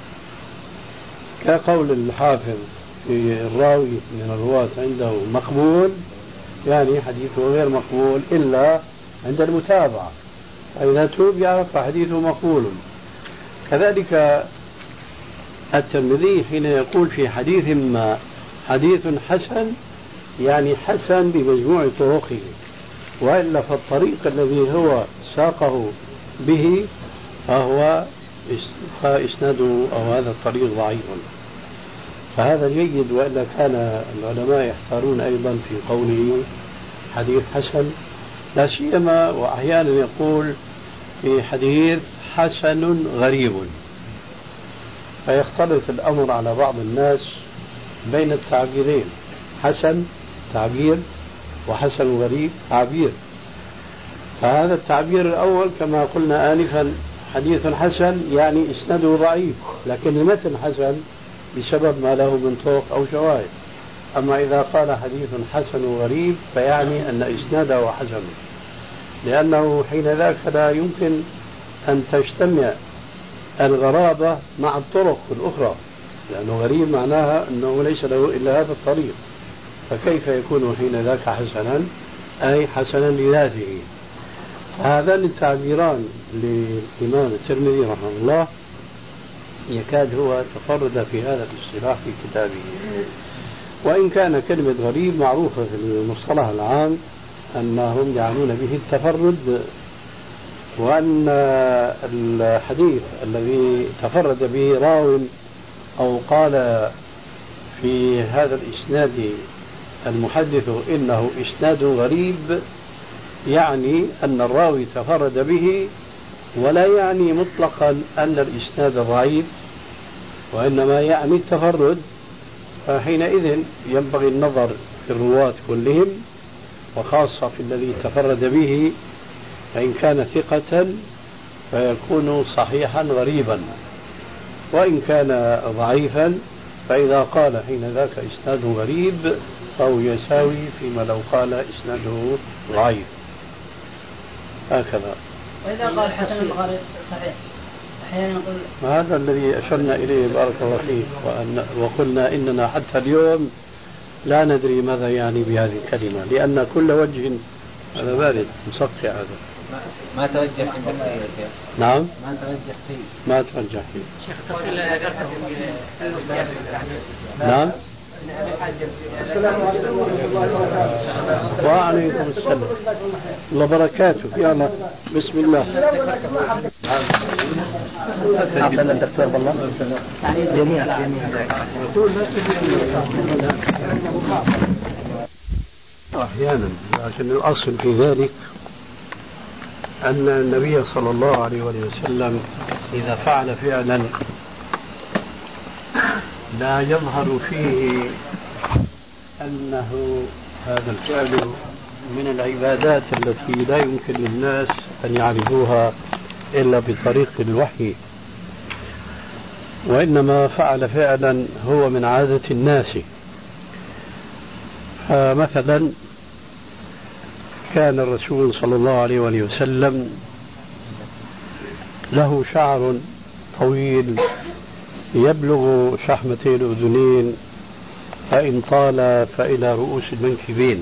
كقول الحافظ في الراوي من الرواة عنده مقبول، يعني حديثه غير مقبول إلا عند المتابعة، فإذا توبع فحديثه مقبول. كذلك الترمذي حين يقول في حديث ما حديث حسن يعني حسن بمجموع طرقه، وإلا فالطريق الذي هو ساقه به فهو إسناده أو هذا الطريق ضعيف. فهذا جيد، وإلا كان العلماء يحتارون أيضا في قوله حديث حسن، لا سيما وأحيانا يقول في حديث حسن غريب، فيختلف الأمر على بعض الناس بين التعبيرين، حسن تعبير وحسن غريب تعبير. فهذا التعبير الأول كما قلنا آنفا حديث حسن يعني إسناده ضعيف، لكن المتن حسن بسبب ما له من طرق أو شواهد. أما إذا قال حديث حسن غريب فيعني أن إسناده حسن، لأنه حين ذاك لا يمكن أن تجتمع الغرابة مع الطرق الأخرى، لأنه غريب معناها أنه ليس له إلا هذا الطريق، فكيف يكون حين ذاك حسنا أي حسنا لذاته. هذان التعبيران للإمام الترمذي رحمه الله يكاد هو تفرد في هذا الاصطلاح في كتابه، وإن كان كلمة غريب معروفة في المصطلح العام أنهم يعنون به التفرد، وأن الحديث الذي تفرد به راو أو قال في هذا الإسناد المحدث إنه إسناد غريب يعني أن الراوي تفرد به، ولا يعني مطلقا أن الإسناد ضعيف، وإنما يعني التفرد. فحينئذ ينبغي النظر في الرواة كلهم، وخاصة في الذي تفرد به، فإن كان ثقة فيكون صحيحا غريبا، وإن كان ضعيفا فإذا قال حين ذاك إسناد غريب فهو يساوي فيما لو قال إسناده ضعيف، هكذا. وإذا قال حسن الغريب صحيح أحيانا نقول هذا الذي أشرنا إليه بارك الله فيك، وأن وقلنا إننا حتى اليوم لا ندري ماذا يعني بهذه الكلمة، لأن كل وجه هذا بارد مصقع هذا. ما ترجح فيه. نعم ما ترجح فيه. ما ترجح فيه. شيخ التفصيل اللي ذكرته نعم. السلام عليكم ورحمة الله وبركاته. وعليكم السلام الله وبركاته. يلا بسم الله. أحسن الدكتور بالله جميعا أحيانا، لكن الأصل في ذلك أن النبي صلى الله عليه وسلم إذا فعل فعلا لا يظهر فيه أنه هذا الفعل من العبادات التي لا يمكن للناس أن يعرفوها إلا بطريق الوحي، وإنما فعل فعلا هو من عادة الناس. فمثلا كان الرسول صلى الله عليه وسلم له شعر طويل يبلغ شحمتي الأذنين، فإن طال فإلى رؤوس المنكبين،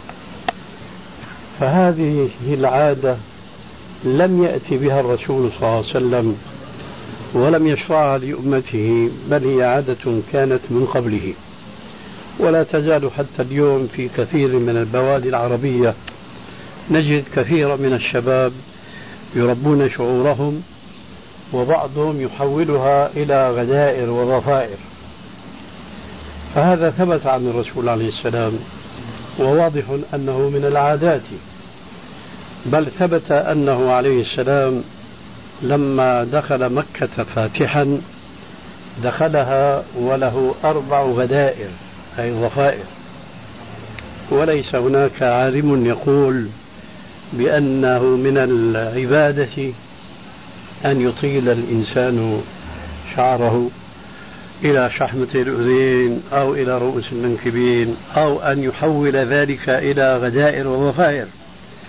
فهذه العادة لم يأتي بها الرسول صلى الله عليه وسلم ولم يشرعها لأمته، بل هي عادة كانت من قبله، ولا تزال حتى اليوم في كثير من البوادي العربية نجد كثيرا من الشباب يربون شعورهم، وبعضهم يحولها إلى غدائر وضفائر. فهذا ثبت عن الرسول عليه السلام، وواضح أنه من العادات، بل ثبت أنه عليه السلام لما دخل مكة فاتحا دخلها وله أربع غدائر أي ضفائر، وليس هناك عالم يقول بأنه من العبادة أن يطيل الإنسان شعره إلى شحمة الأذين أو إلى رؤوس المنكبين، أو أن يحول ذلك إلى غدائر وضفائر،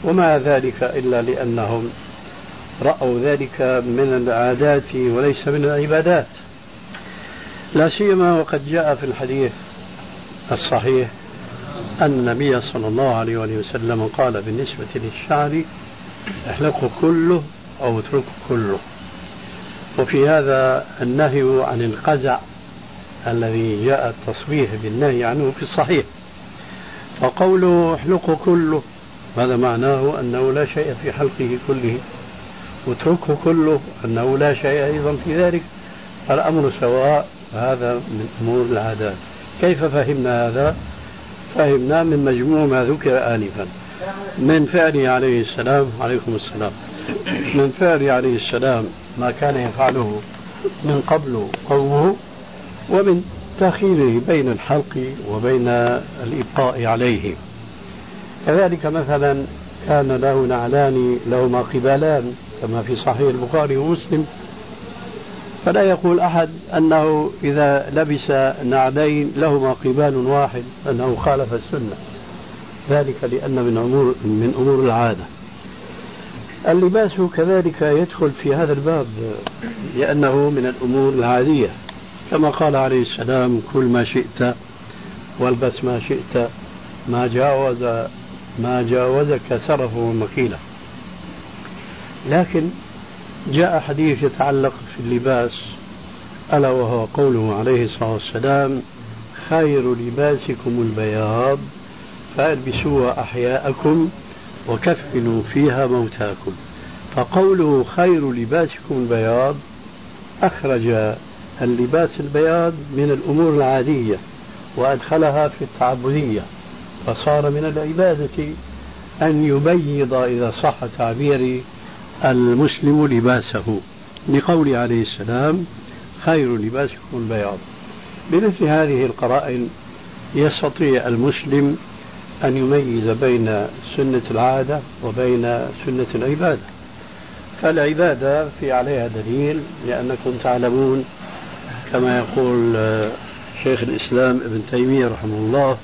وما ذلك إلا لأنهم رأوا ذلك من العادات وليس من العبادات، لا سيما وقد جاء في الحديث الصحيح أن النبي صلى الله عليه وسلم قال بالنسبة للشعر احلقه كله أو اتركه كله. وفي هذا النهي عن القزع الذي جاء التصريح بالنهي عنه في الصحيح. فقوله احلقه كله هذا معناه أنه لا شيء في حلقه كله، واتركه كله أنه لا شيء أيضا في ذلك، الأمر سواء. هذا من أمور العادات. كيف فهمنا هذا؟ فهمنا من مجموع ما ذكر آنفا من فعله عليه السلام عليكم السلام من فعله عليه السلام ما كان يفعله من قبل قومه، ومن تأخيره بين الحلق وبين الإبقاء عليه. كذلك مثلا كان له نعلان لهما قبالان كما في صحيح البخاري ومسلم، فلا يقول أحد أنه إذا لبس نعلين لهما قبال واحد أنه خالف السنة، ذلك لأن من أمور من أمور العادة. اللباس كذلك يدخل في هذا الباب لأنه من الأمور العادية، كما قال عليه السلام كل ما شئت والبس ما شئت ما جاوز ما جاوزك سرفه ومكيلة. لكن جاء حديث يتعلق في اللباس ألا وهو قوله عليه الصلاة والسلام خير لباسكم البياض فالبسوها أحياءكم وكفنوا فيها موتاكم. فقوله خير لباسكم البياض أخرج اللباس البياض من الأمور العادية وأدخلها في التعبدية، فصار من العبادة أن يبيض إذا صح تعبيري المسلم لباسه، لقول عليه السلام خير لباسكم البياض. بمثل هذه القرائن يستطيع المسلم أن يميز بين سنة العادة وبين سنة العبادة. فالعبادة في عليها دليل، لأنكم تعلمون كما يقول شيخ الإسلام ابن تيمية رحمه الله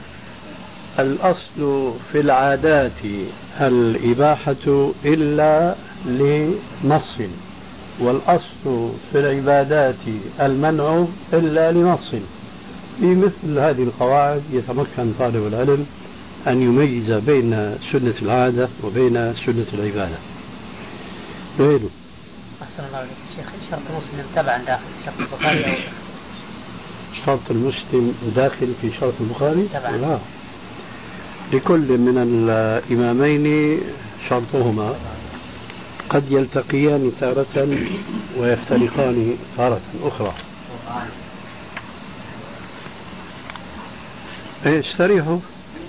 الأصل في العادات الإباحة إلا لنص، والأصل في العبادات المنع إلا لنص. في مثل هذه القواعد يتمكن طالب العلم أن يميز بين سنة العادة وبين سنة العبادة. غيره. أحسن الله عليك شيخ. شرط مسلم تبعا داخل شرط البخاري أو شرط المسلم داخل في شرط البخاري؟ تبعا. لا، لكل من الإمامين شرطهما قد يلتقيان تارة ويفترقان تارة أخرى. ايه استريحوا.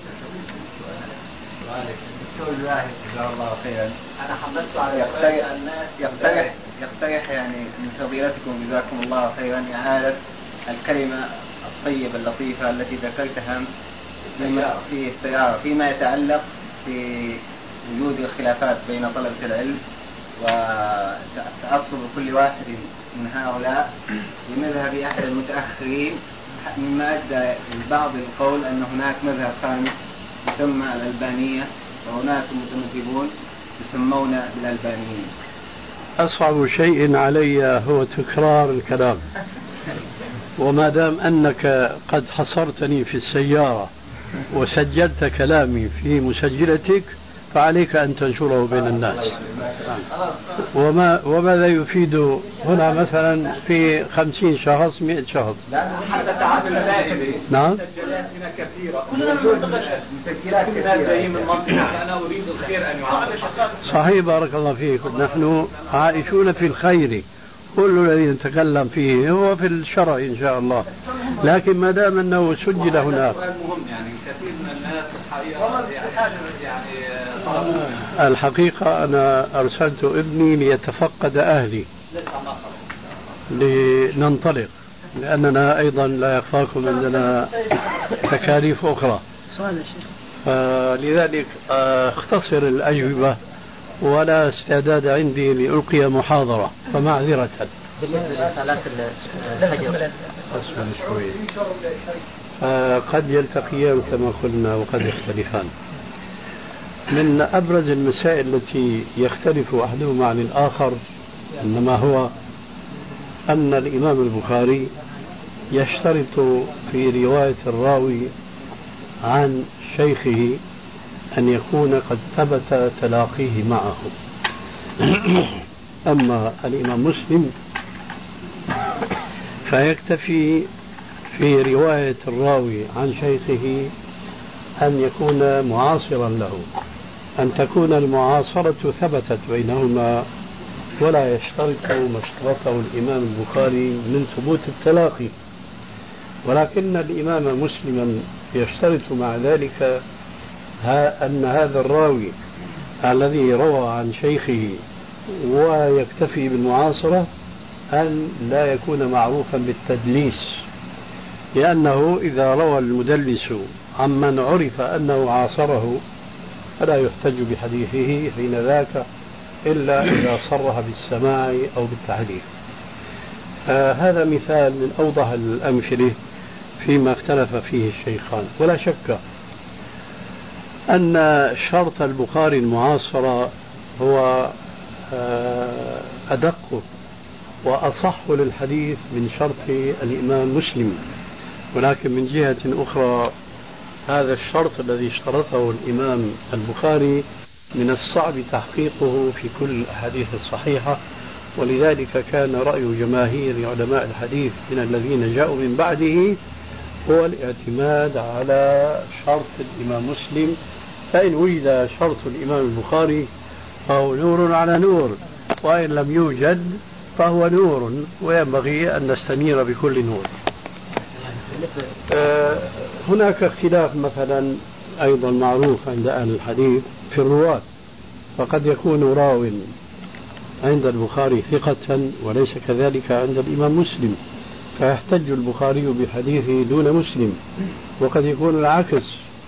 جزاه الله خيرا. انا حضرت على يقترح يقترح يقترح يعني من فضيلتكم جزاكم الله خيرا اعاده الكلمه الطيبه اللطيفه التي ذكرتها في السياره فيما يتعلق في وجود الخلافات بين طلبه العلم وتعصب كل واحد من هؤلاء لمذهب احد المتاخرين، مما ادى البعض القول ان هناك مذهب خامس يسمى الألبانية، وناس متمذهبون يسمون بالألبانيين. أصعب شيء علي هو تكرار الكلام، وما دام أنك قد حصرتني في السيارة وسجلت كلامي في مسجلتك فعليك أن تنشره بين الناس. وما وماذا يفيد هنا مثلا في خمسين شخص مئة شخص؟ نعم. مسجلاتنا كثيرة، مسجلات كثيرة من منطقة أنا أريد الخير أن يعرف. صحيح بارك الله فيك. نحن عائشون في الخير، كل الذي نتكلم فيه هو في الشرع إن شاء الله، لكن ما دام أنه سجل هناك. يعني كثير من الناس الحقيقة يعني الحقيقة أنا أرسلت ابني ليتفقد أهلي لننطلق، لأننا أيضا لا يخفاكم عندنا تكاليف أخرى، فلذلك اختصر الأجوبة ولا استعداد عندي لألقي محاضرة، فمعذرة. بالنسبة لصلاة الفجر قد يلتقيان كما قلنا وقد يختلفان. من أبرز المسائل التي يختلف أحدهما عن الآخر إنما هو أن الإمام البخاري يشترط في رواية الراوي عن شيخه أن يكون قد ثبت تلاقيه معه. أما الإمام مسلم فيكتفي في رواية الراوي عن شيخه أن يكون معاصرا له، أن تكون المعاصرة ثبتت بينهما، ولا يشترط ما اشترطه الإمام البخاري من ثبوت التلاقي. ولكن الإمام مسلما يشترط مع ذلك أن هذا الراوي الذي روى عن شيخه ويكتفي بالمعاصرة أن لا يكون معروفا بالتدليس، لأنه إذا روى المدلس عمن عرف أنه عاصره فلا يحتج بحديثه حين ذاك إلا إذا صرح بالسماع أو بالتحديث. آه هذا مثال من أوضح الأمثلة فيما اختلف فيه الشيخان. ولا شك أن شرط البخاري المعاصرة هو آه أدق وأصح للحديث من شرط الإمام مسلم، ولكن من جهة أخرى هذا الشرط الذي اشترطه الإمام البخاري من الصعب تحقيقه في كل الأحاديث الصحيحة، ولذلك كان رأي جماهير علماء الحديث من الذين جاءوا من بعده هو الاعتماد على شرط الإمام مسلم، فإن وجد شرط الإمام البخاري فهو نور على نور، وإن لم يوجد فهو نور، وينبغي أن نستنير بكل نور. آه هناك اختلاف مثلا أيضا معروف عند أهل الحديث في الرواة، فقد يكون راو عند البخاري ثقة وليس كذلك عند الإمام مسلم، فيحتج البخاري بحديثه دون مسلم، وقد يكون العكس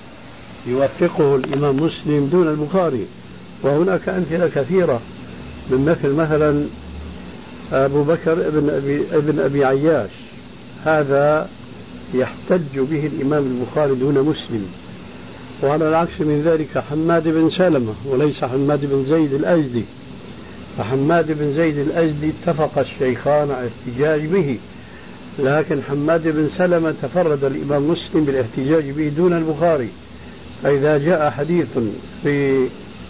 يوثقه الإمام مسلم دون البخاري. وهناك أمثلة كثيرة، من مثل مثلا أبو بكر ابن أبي, ابن أبي عياش، هذا يحتج به الإمام البخاري دون مسلم. وعلى العكس من ذلك حماد بن سلمة وليس حماد بن زيد الأزدي، فحماد بن زيد الأزدي اتفق الشيخان على الاحتجاج به، لكن حماد بن سلمة تفرد الإمام مسلم بالاحتجاج به دون البخاري. فإذا جاء حديث في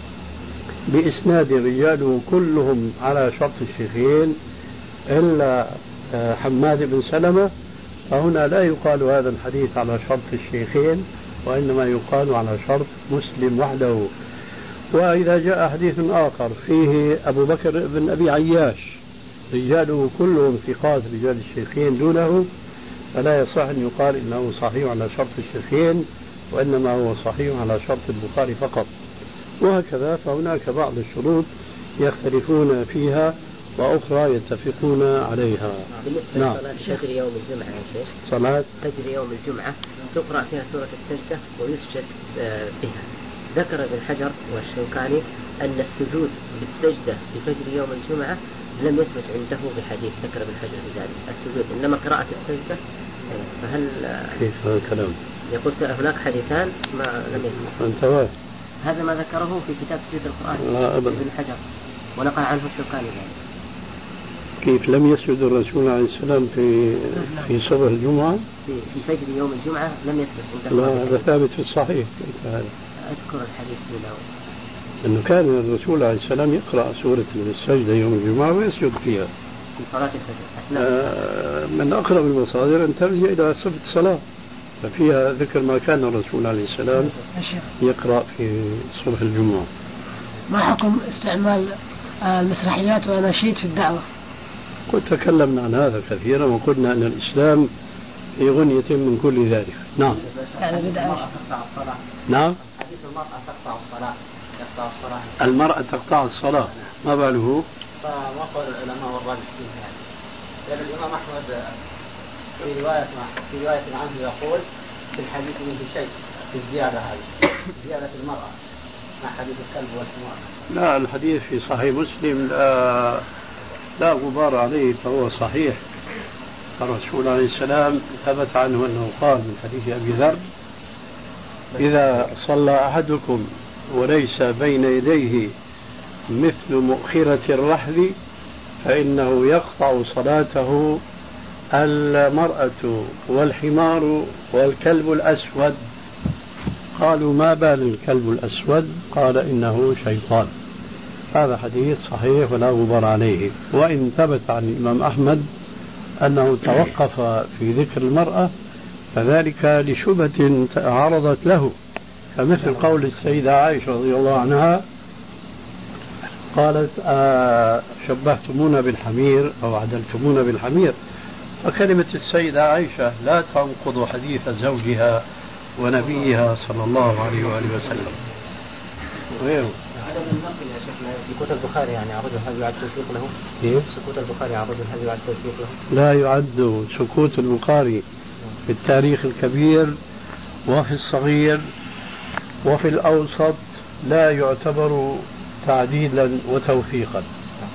بإسناد رجاله كلهم على شرط الشيخين إلا حماد بن سلمة، فهنا لا يقال هذا الحديث على شرط الشيخين، وإنما يقال على شرط مسلم وحده. وإذا جاء حديث آخر فيه أبو بكر بن أبي عياش رجاله كلهم ثقات رجال الشيخين دونه، فلا يصح أن يقال إنه صحيح على شرط الشيخين، وإنما هو صحيح على شرط البخاري فقط. وهكذا فهناك بعض الشروط يختلفون فيها وأخرى يتفقون عليها. بالنسبة نعم. لصلاة فجر يوم الجمعة يا شيخ، صلاة فجر يوم الجمعة تقرأ فيها سورة السجدة ويسجد بها. ذكر ابن حجر والشوكاني أن السجود بالسجدة في فجر يوم الجمعة لم يثبت عنده بحديث، ذكر ابن حجر بذلك السجود، إنما قراءة السجدة. فهل كيف هذا الكلام؟ يقول هناك حديثان ما لم يثبت. هذا ما ذكره في كتاب سجود القرآن ابن حجر ونقل عنه الشوكاني ذلك. كيف لم يسجد الرسول عليه السلام في في صبح الجمعة؟ في في فجر يوم الجمعة لم يثبت عنده. لا هذا ثابت في الصحيح. كيف هذا؟ أذكر الحديث له أنه كان الرسول عليه السلام يقرأ سورة السجدة يوم الجمعة ويسجد فيها في صلاة الفجر. آه من أقرب المصادر أن ترجع إلى صفة الصلاة، ففيها ذكر ما كان الرسول عليه السلام يقرأ في صبح الجمعة. ما حكم استعمال المسرحيات والأناشيد في الدعوة؟ قد تكلمنا عن هذا كثيرا وقلنا أن الإسلام في غنية من كل ذلك. نعم. يعني بدعة. نعم. حديث المرأة تقطع الصلاة. تقطع الصلاة. المرأة تقطع الصلاة، ما باله؟ فوقع العلماء والراجح فيه هذا. لأن الإمام أحمد في رواية في رواية عنه يقول في الحديث منه شيء في الزيادة هذه زيادة المرأة مع حديث الكلب والحمار. لا الحديث في صحيح مسلم لا لا غبار عليه، فهو صحيح. الرسول عليه السلام ثبت عنه أنه قال من حديث أبي ذر: إذا صلى أحدكم وليس بين يديه مثل مؤخرة الرحل فإنه يقطع صلاته المرأة والحمار والكلب الأسود. قالوا ما بال الكلب الأسود؟ قال إنه شيطان. هذا حديث صحيح ولا غبار عليه. وإن ثبت عن الإمام أحمد أنه توقف في ذكر المرأة فذلك لشبهة عرضت له، كمثل قول السيدة عائشة رضي الله عنها قالت آه شبهتمونا بالحمير أو عدلتمونا بالحمير. فكلمة السيدة عائشة لا تنقض حديث زوجها ونبيها صلى الله عليه وآله وسلم. غيره عدم النقل يا شيخنا سكوت البخاري يعني عرضه هل يعد توثيق له؟ كيف؟ سكوت البخاري عرضه هل يعد توثيق له؟ لا يعد سكوت البخاري في التاريخ الكبير وفي الصغير وفي الأوسط لا يعتبر تعديلا وتوثيقا.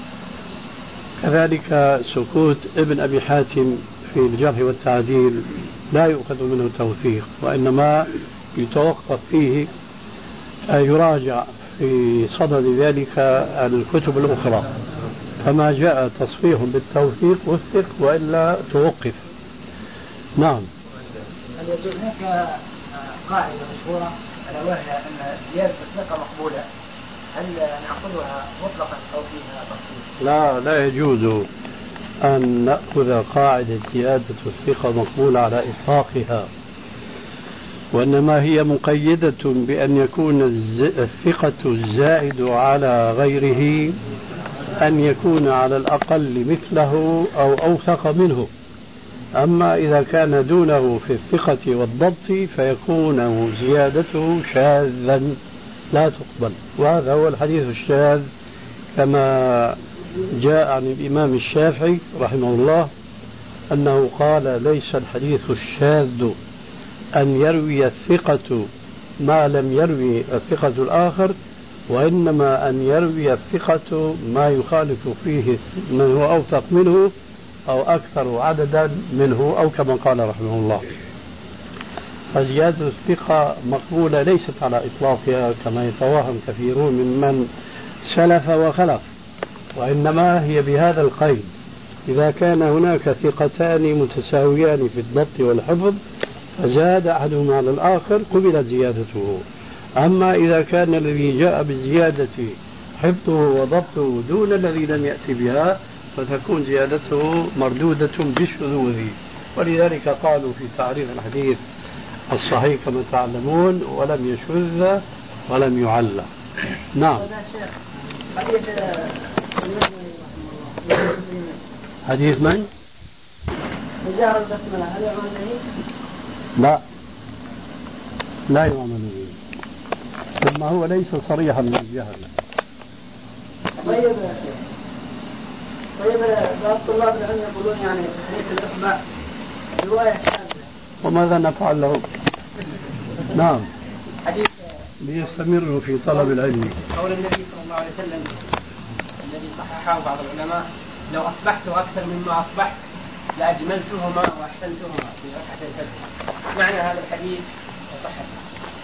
كذلك سكوت ابن أبي حاتم في الجرح والتعديل لا يؤخذ منه توثيق، وإنما يتوقف فيه يراجع في صدد ذلك الكتب الأخرى، فما جاء تصريح بالتوثيق وثق وإلا توقف. نعم. هل يجوز هناك قاعدة مشهورة على وهي أن زيادة الثقة مقبولة، هل نأخذها مطلقا أو فيها تفصيل؟ لا لا يجوز أن نأخذ قاعدة زيادة الثقة مقبولة على إطلاقها، وإنما هي مقيدة بأن يكون الثقة الزائد على غيره أن يكون على الأقل مثله أو أوثق منه. أما إذا كان دونه في الثقة والضبط فيكون زيادته شاذا لا تقبل. وهذا هو الحديث الشاذ كما جاء عن الإمام الشافعي رحمه الله أنه قال ليس الحديث الشاذ أن يروي الثقة ما لم يروي الثقة الآخر، وإنما أن يروي الثقة ما يخالف فيه من هو أوثق منه أو أكثر عددا منه، أو كما قال رحمه الله. فزيادة الثقة مقبولة ليست على إطلاقها كما يتوهم كثيرون ممن سلف وخلف، وإنما هي بهذا القيد: إذا كان هناك ثقتان متساويان في الضبط والحفظ فزاد أحدهما على الآخر قبلت زيادته. أما إذا كان الذي جاء بالزيادة حفظه وضبطه دون الذي لم يأتي بها فتكون زيادته مردودة بالشذوذ. ولذلك قالوا في تعريف الحديث الصحيح كما تعلمون: ولم يشذ ولم يعلى. نعم. حديث من؟ مجاهر البسملة هل يعمل به؟ لا لا يعمل به، ثم هو ليس صريحا من الجهل. طيب طيب بعض طلاب العلم يقولون يعني حديث الإصبع رواية شاذة، وماذا نفعل له؟ نعم، حديث ليستمروا في طلب العلم. قول النبي صلى الله عليه وسلم الذي صححه بعض العلماء: لو أصبحت أكثر مما أصبحت لأجملتهما وأحسنتهما في ركعة الفجر. معنى هذا الحديث وصحته؟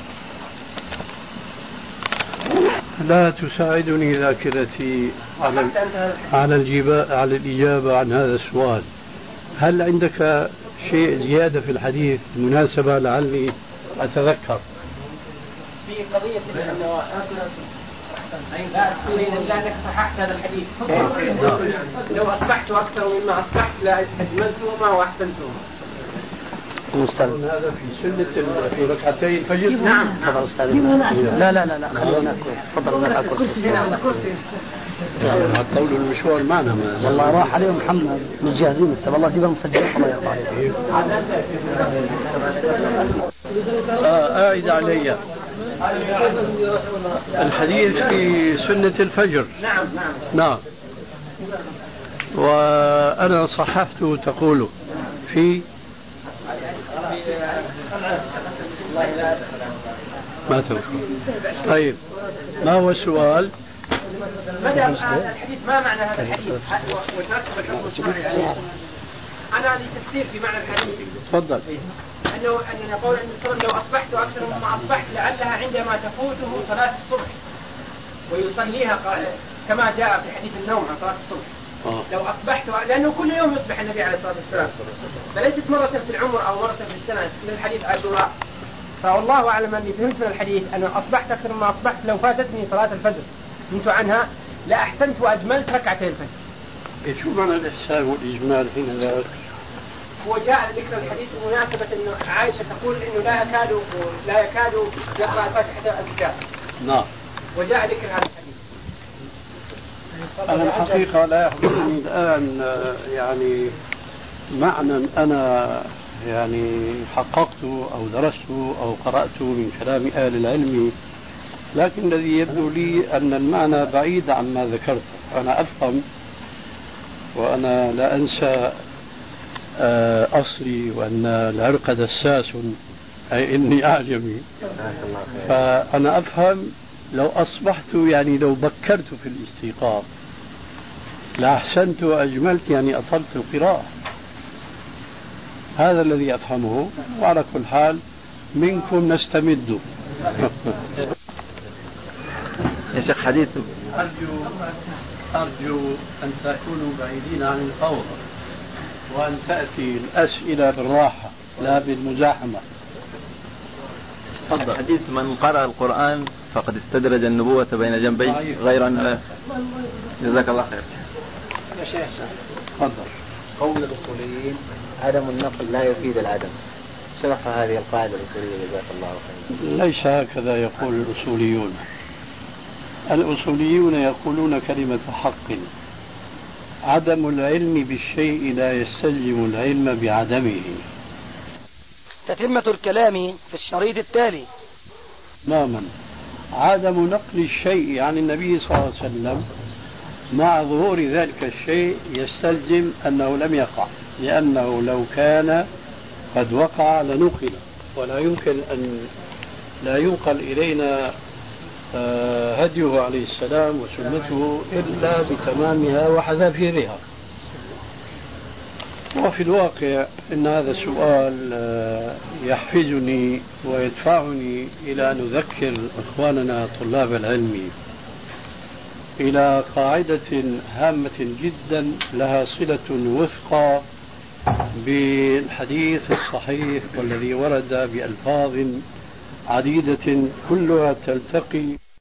لا تساعدني ذاكرتي على على الجباء على الإجابة عن هذا السؤال. هل عندك شيء زيادة في الحديث مناسبة لعلي أتذكر؟ في قضية أنه لا أنك صححت هذا الحديث. لو أصبحت أكثر مما أصبحت لأجملتهما وأحسنتهما. أستاذ هذا في سنة في ركعتين الفجر. نعم. تفضل أستاذ. لا لا لا لا خلينا تفضل هناك على الكرسي. على الكرسي. طول المشوار معنا ما والله راح عليهم محمد متجهزين السبب الله يجيبهم مسجلين الله يرضى عليك. آه أعد علي الحديث في سنة الفجر. نعم نعم نعم. وأنا صححت تقول في ما تذكر. طيب ما هو السؤال؟ ماذا هذا الحديث؟ ما معنى هذا الحديث؟ وترتب الحكم الشرعي عليه. أنا لي تفسير في معنى الحديث. تفضل. أنه أن يقول أن لو أصبحت أكثر مما أصبحت لعلها عندما تفوته صلاة الصبح ويصليها كما جاء في حديث النوم عن صلاة الصبح. أوه. لو أصبحت لأنه كل يوم يصبح النبي عليه الصلاة والسلام فليست مرة في العمر أو مرة في السنة من الحديث عدوها. فوالله أعلم أني فهمت من الحديث أن أصبحت أكثر مما أصبحت لو فاتتني صلاة الفجر نمت عنها لأحسنت وأجملت ركعتين الفجر. شو معنى الإحسان والإجمال هنا ذلك؟ هو جاء ذكر الحديث بمناسبة أن عائشة تقول إنه لا يكاد لا يكاد يقرأ الفاتحة الكتاب. نعم. وجاء ذكر هذا الحديث. أنا الحقيقة لا يحضرني الآن يعني معنى أنا يعني حققته أو درسته أو قرأته من كلام أهل العلم، لكن الذي يبدو لي أن المعنى بعيد عما ذكرته. أنا أفهم وأنا لا أنسى أصلي وأن العرق دساس أي إني أعجمي، فأنا أفهم لو أصبحت يعني لو بكرت في الاستيقاظ لأحسنت وأجملت يعني أطلت القراءة. هذا الذي أفهمه، وعلى كل حال منكم نستمد. يا شيخ حديث أرجو أرجو أن تكونوا بعيدين عن الفوضى وأن تأتي الأسئلة بالراحة لا بالمزاحمة. تفضل. حديث من قرأ القرآن فقد استدرج النبوة بين جنبيه غير أن جزاك الله خير. يا شيخ تفضل. قول الأصوليين عدم النقل لا يفيد العدم، شرح هذه القاعدة الأصولية جزاك الله خير. ليس هكذا يقول الأصوليون. الأصوليون يقولون كلمة حق. عدم العلم بالشيء لا يستلزم العلم بعدمه. تتمة الكلام في الشريط التالي. تماما. عدم نقل الشيء عن النبي صلى الله عليه وسلم مع ظهور ذلك الشيء يستلزم أنه لم يقع، لأنه لو كان قد وقع لنقل، ولا يمكن أن لا ينقل إلينا هديه عليه السلام وسنته إلا بتمامها وحذافيرها. وفي الواقع إن هذا السؤال يحفزني ويدفعني إلى أن أذكر إخواننا طلاب العلم إلى قاعدة هامة جدا لها صلة وثقى بالحديث الصحيح والذي ورد بألفاظ عديدة كلها تلتقي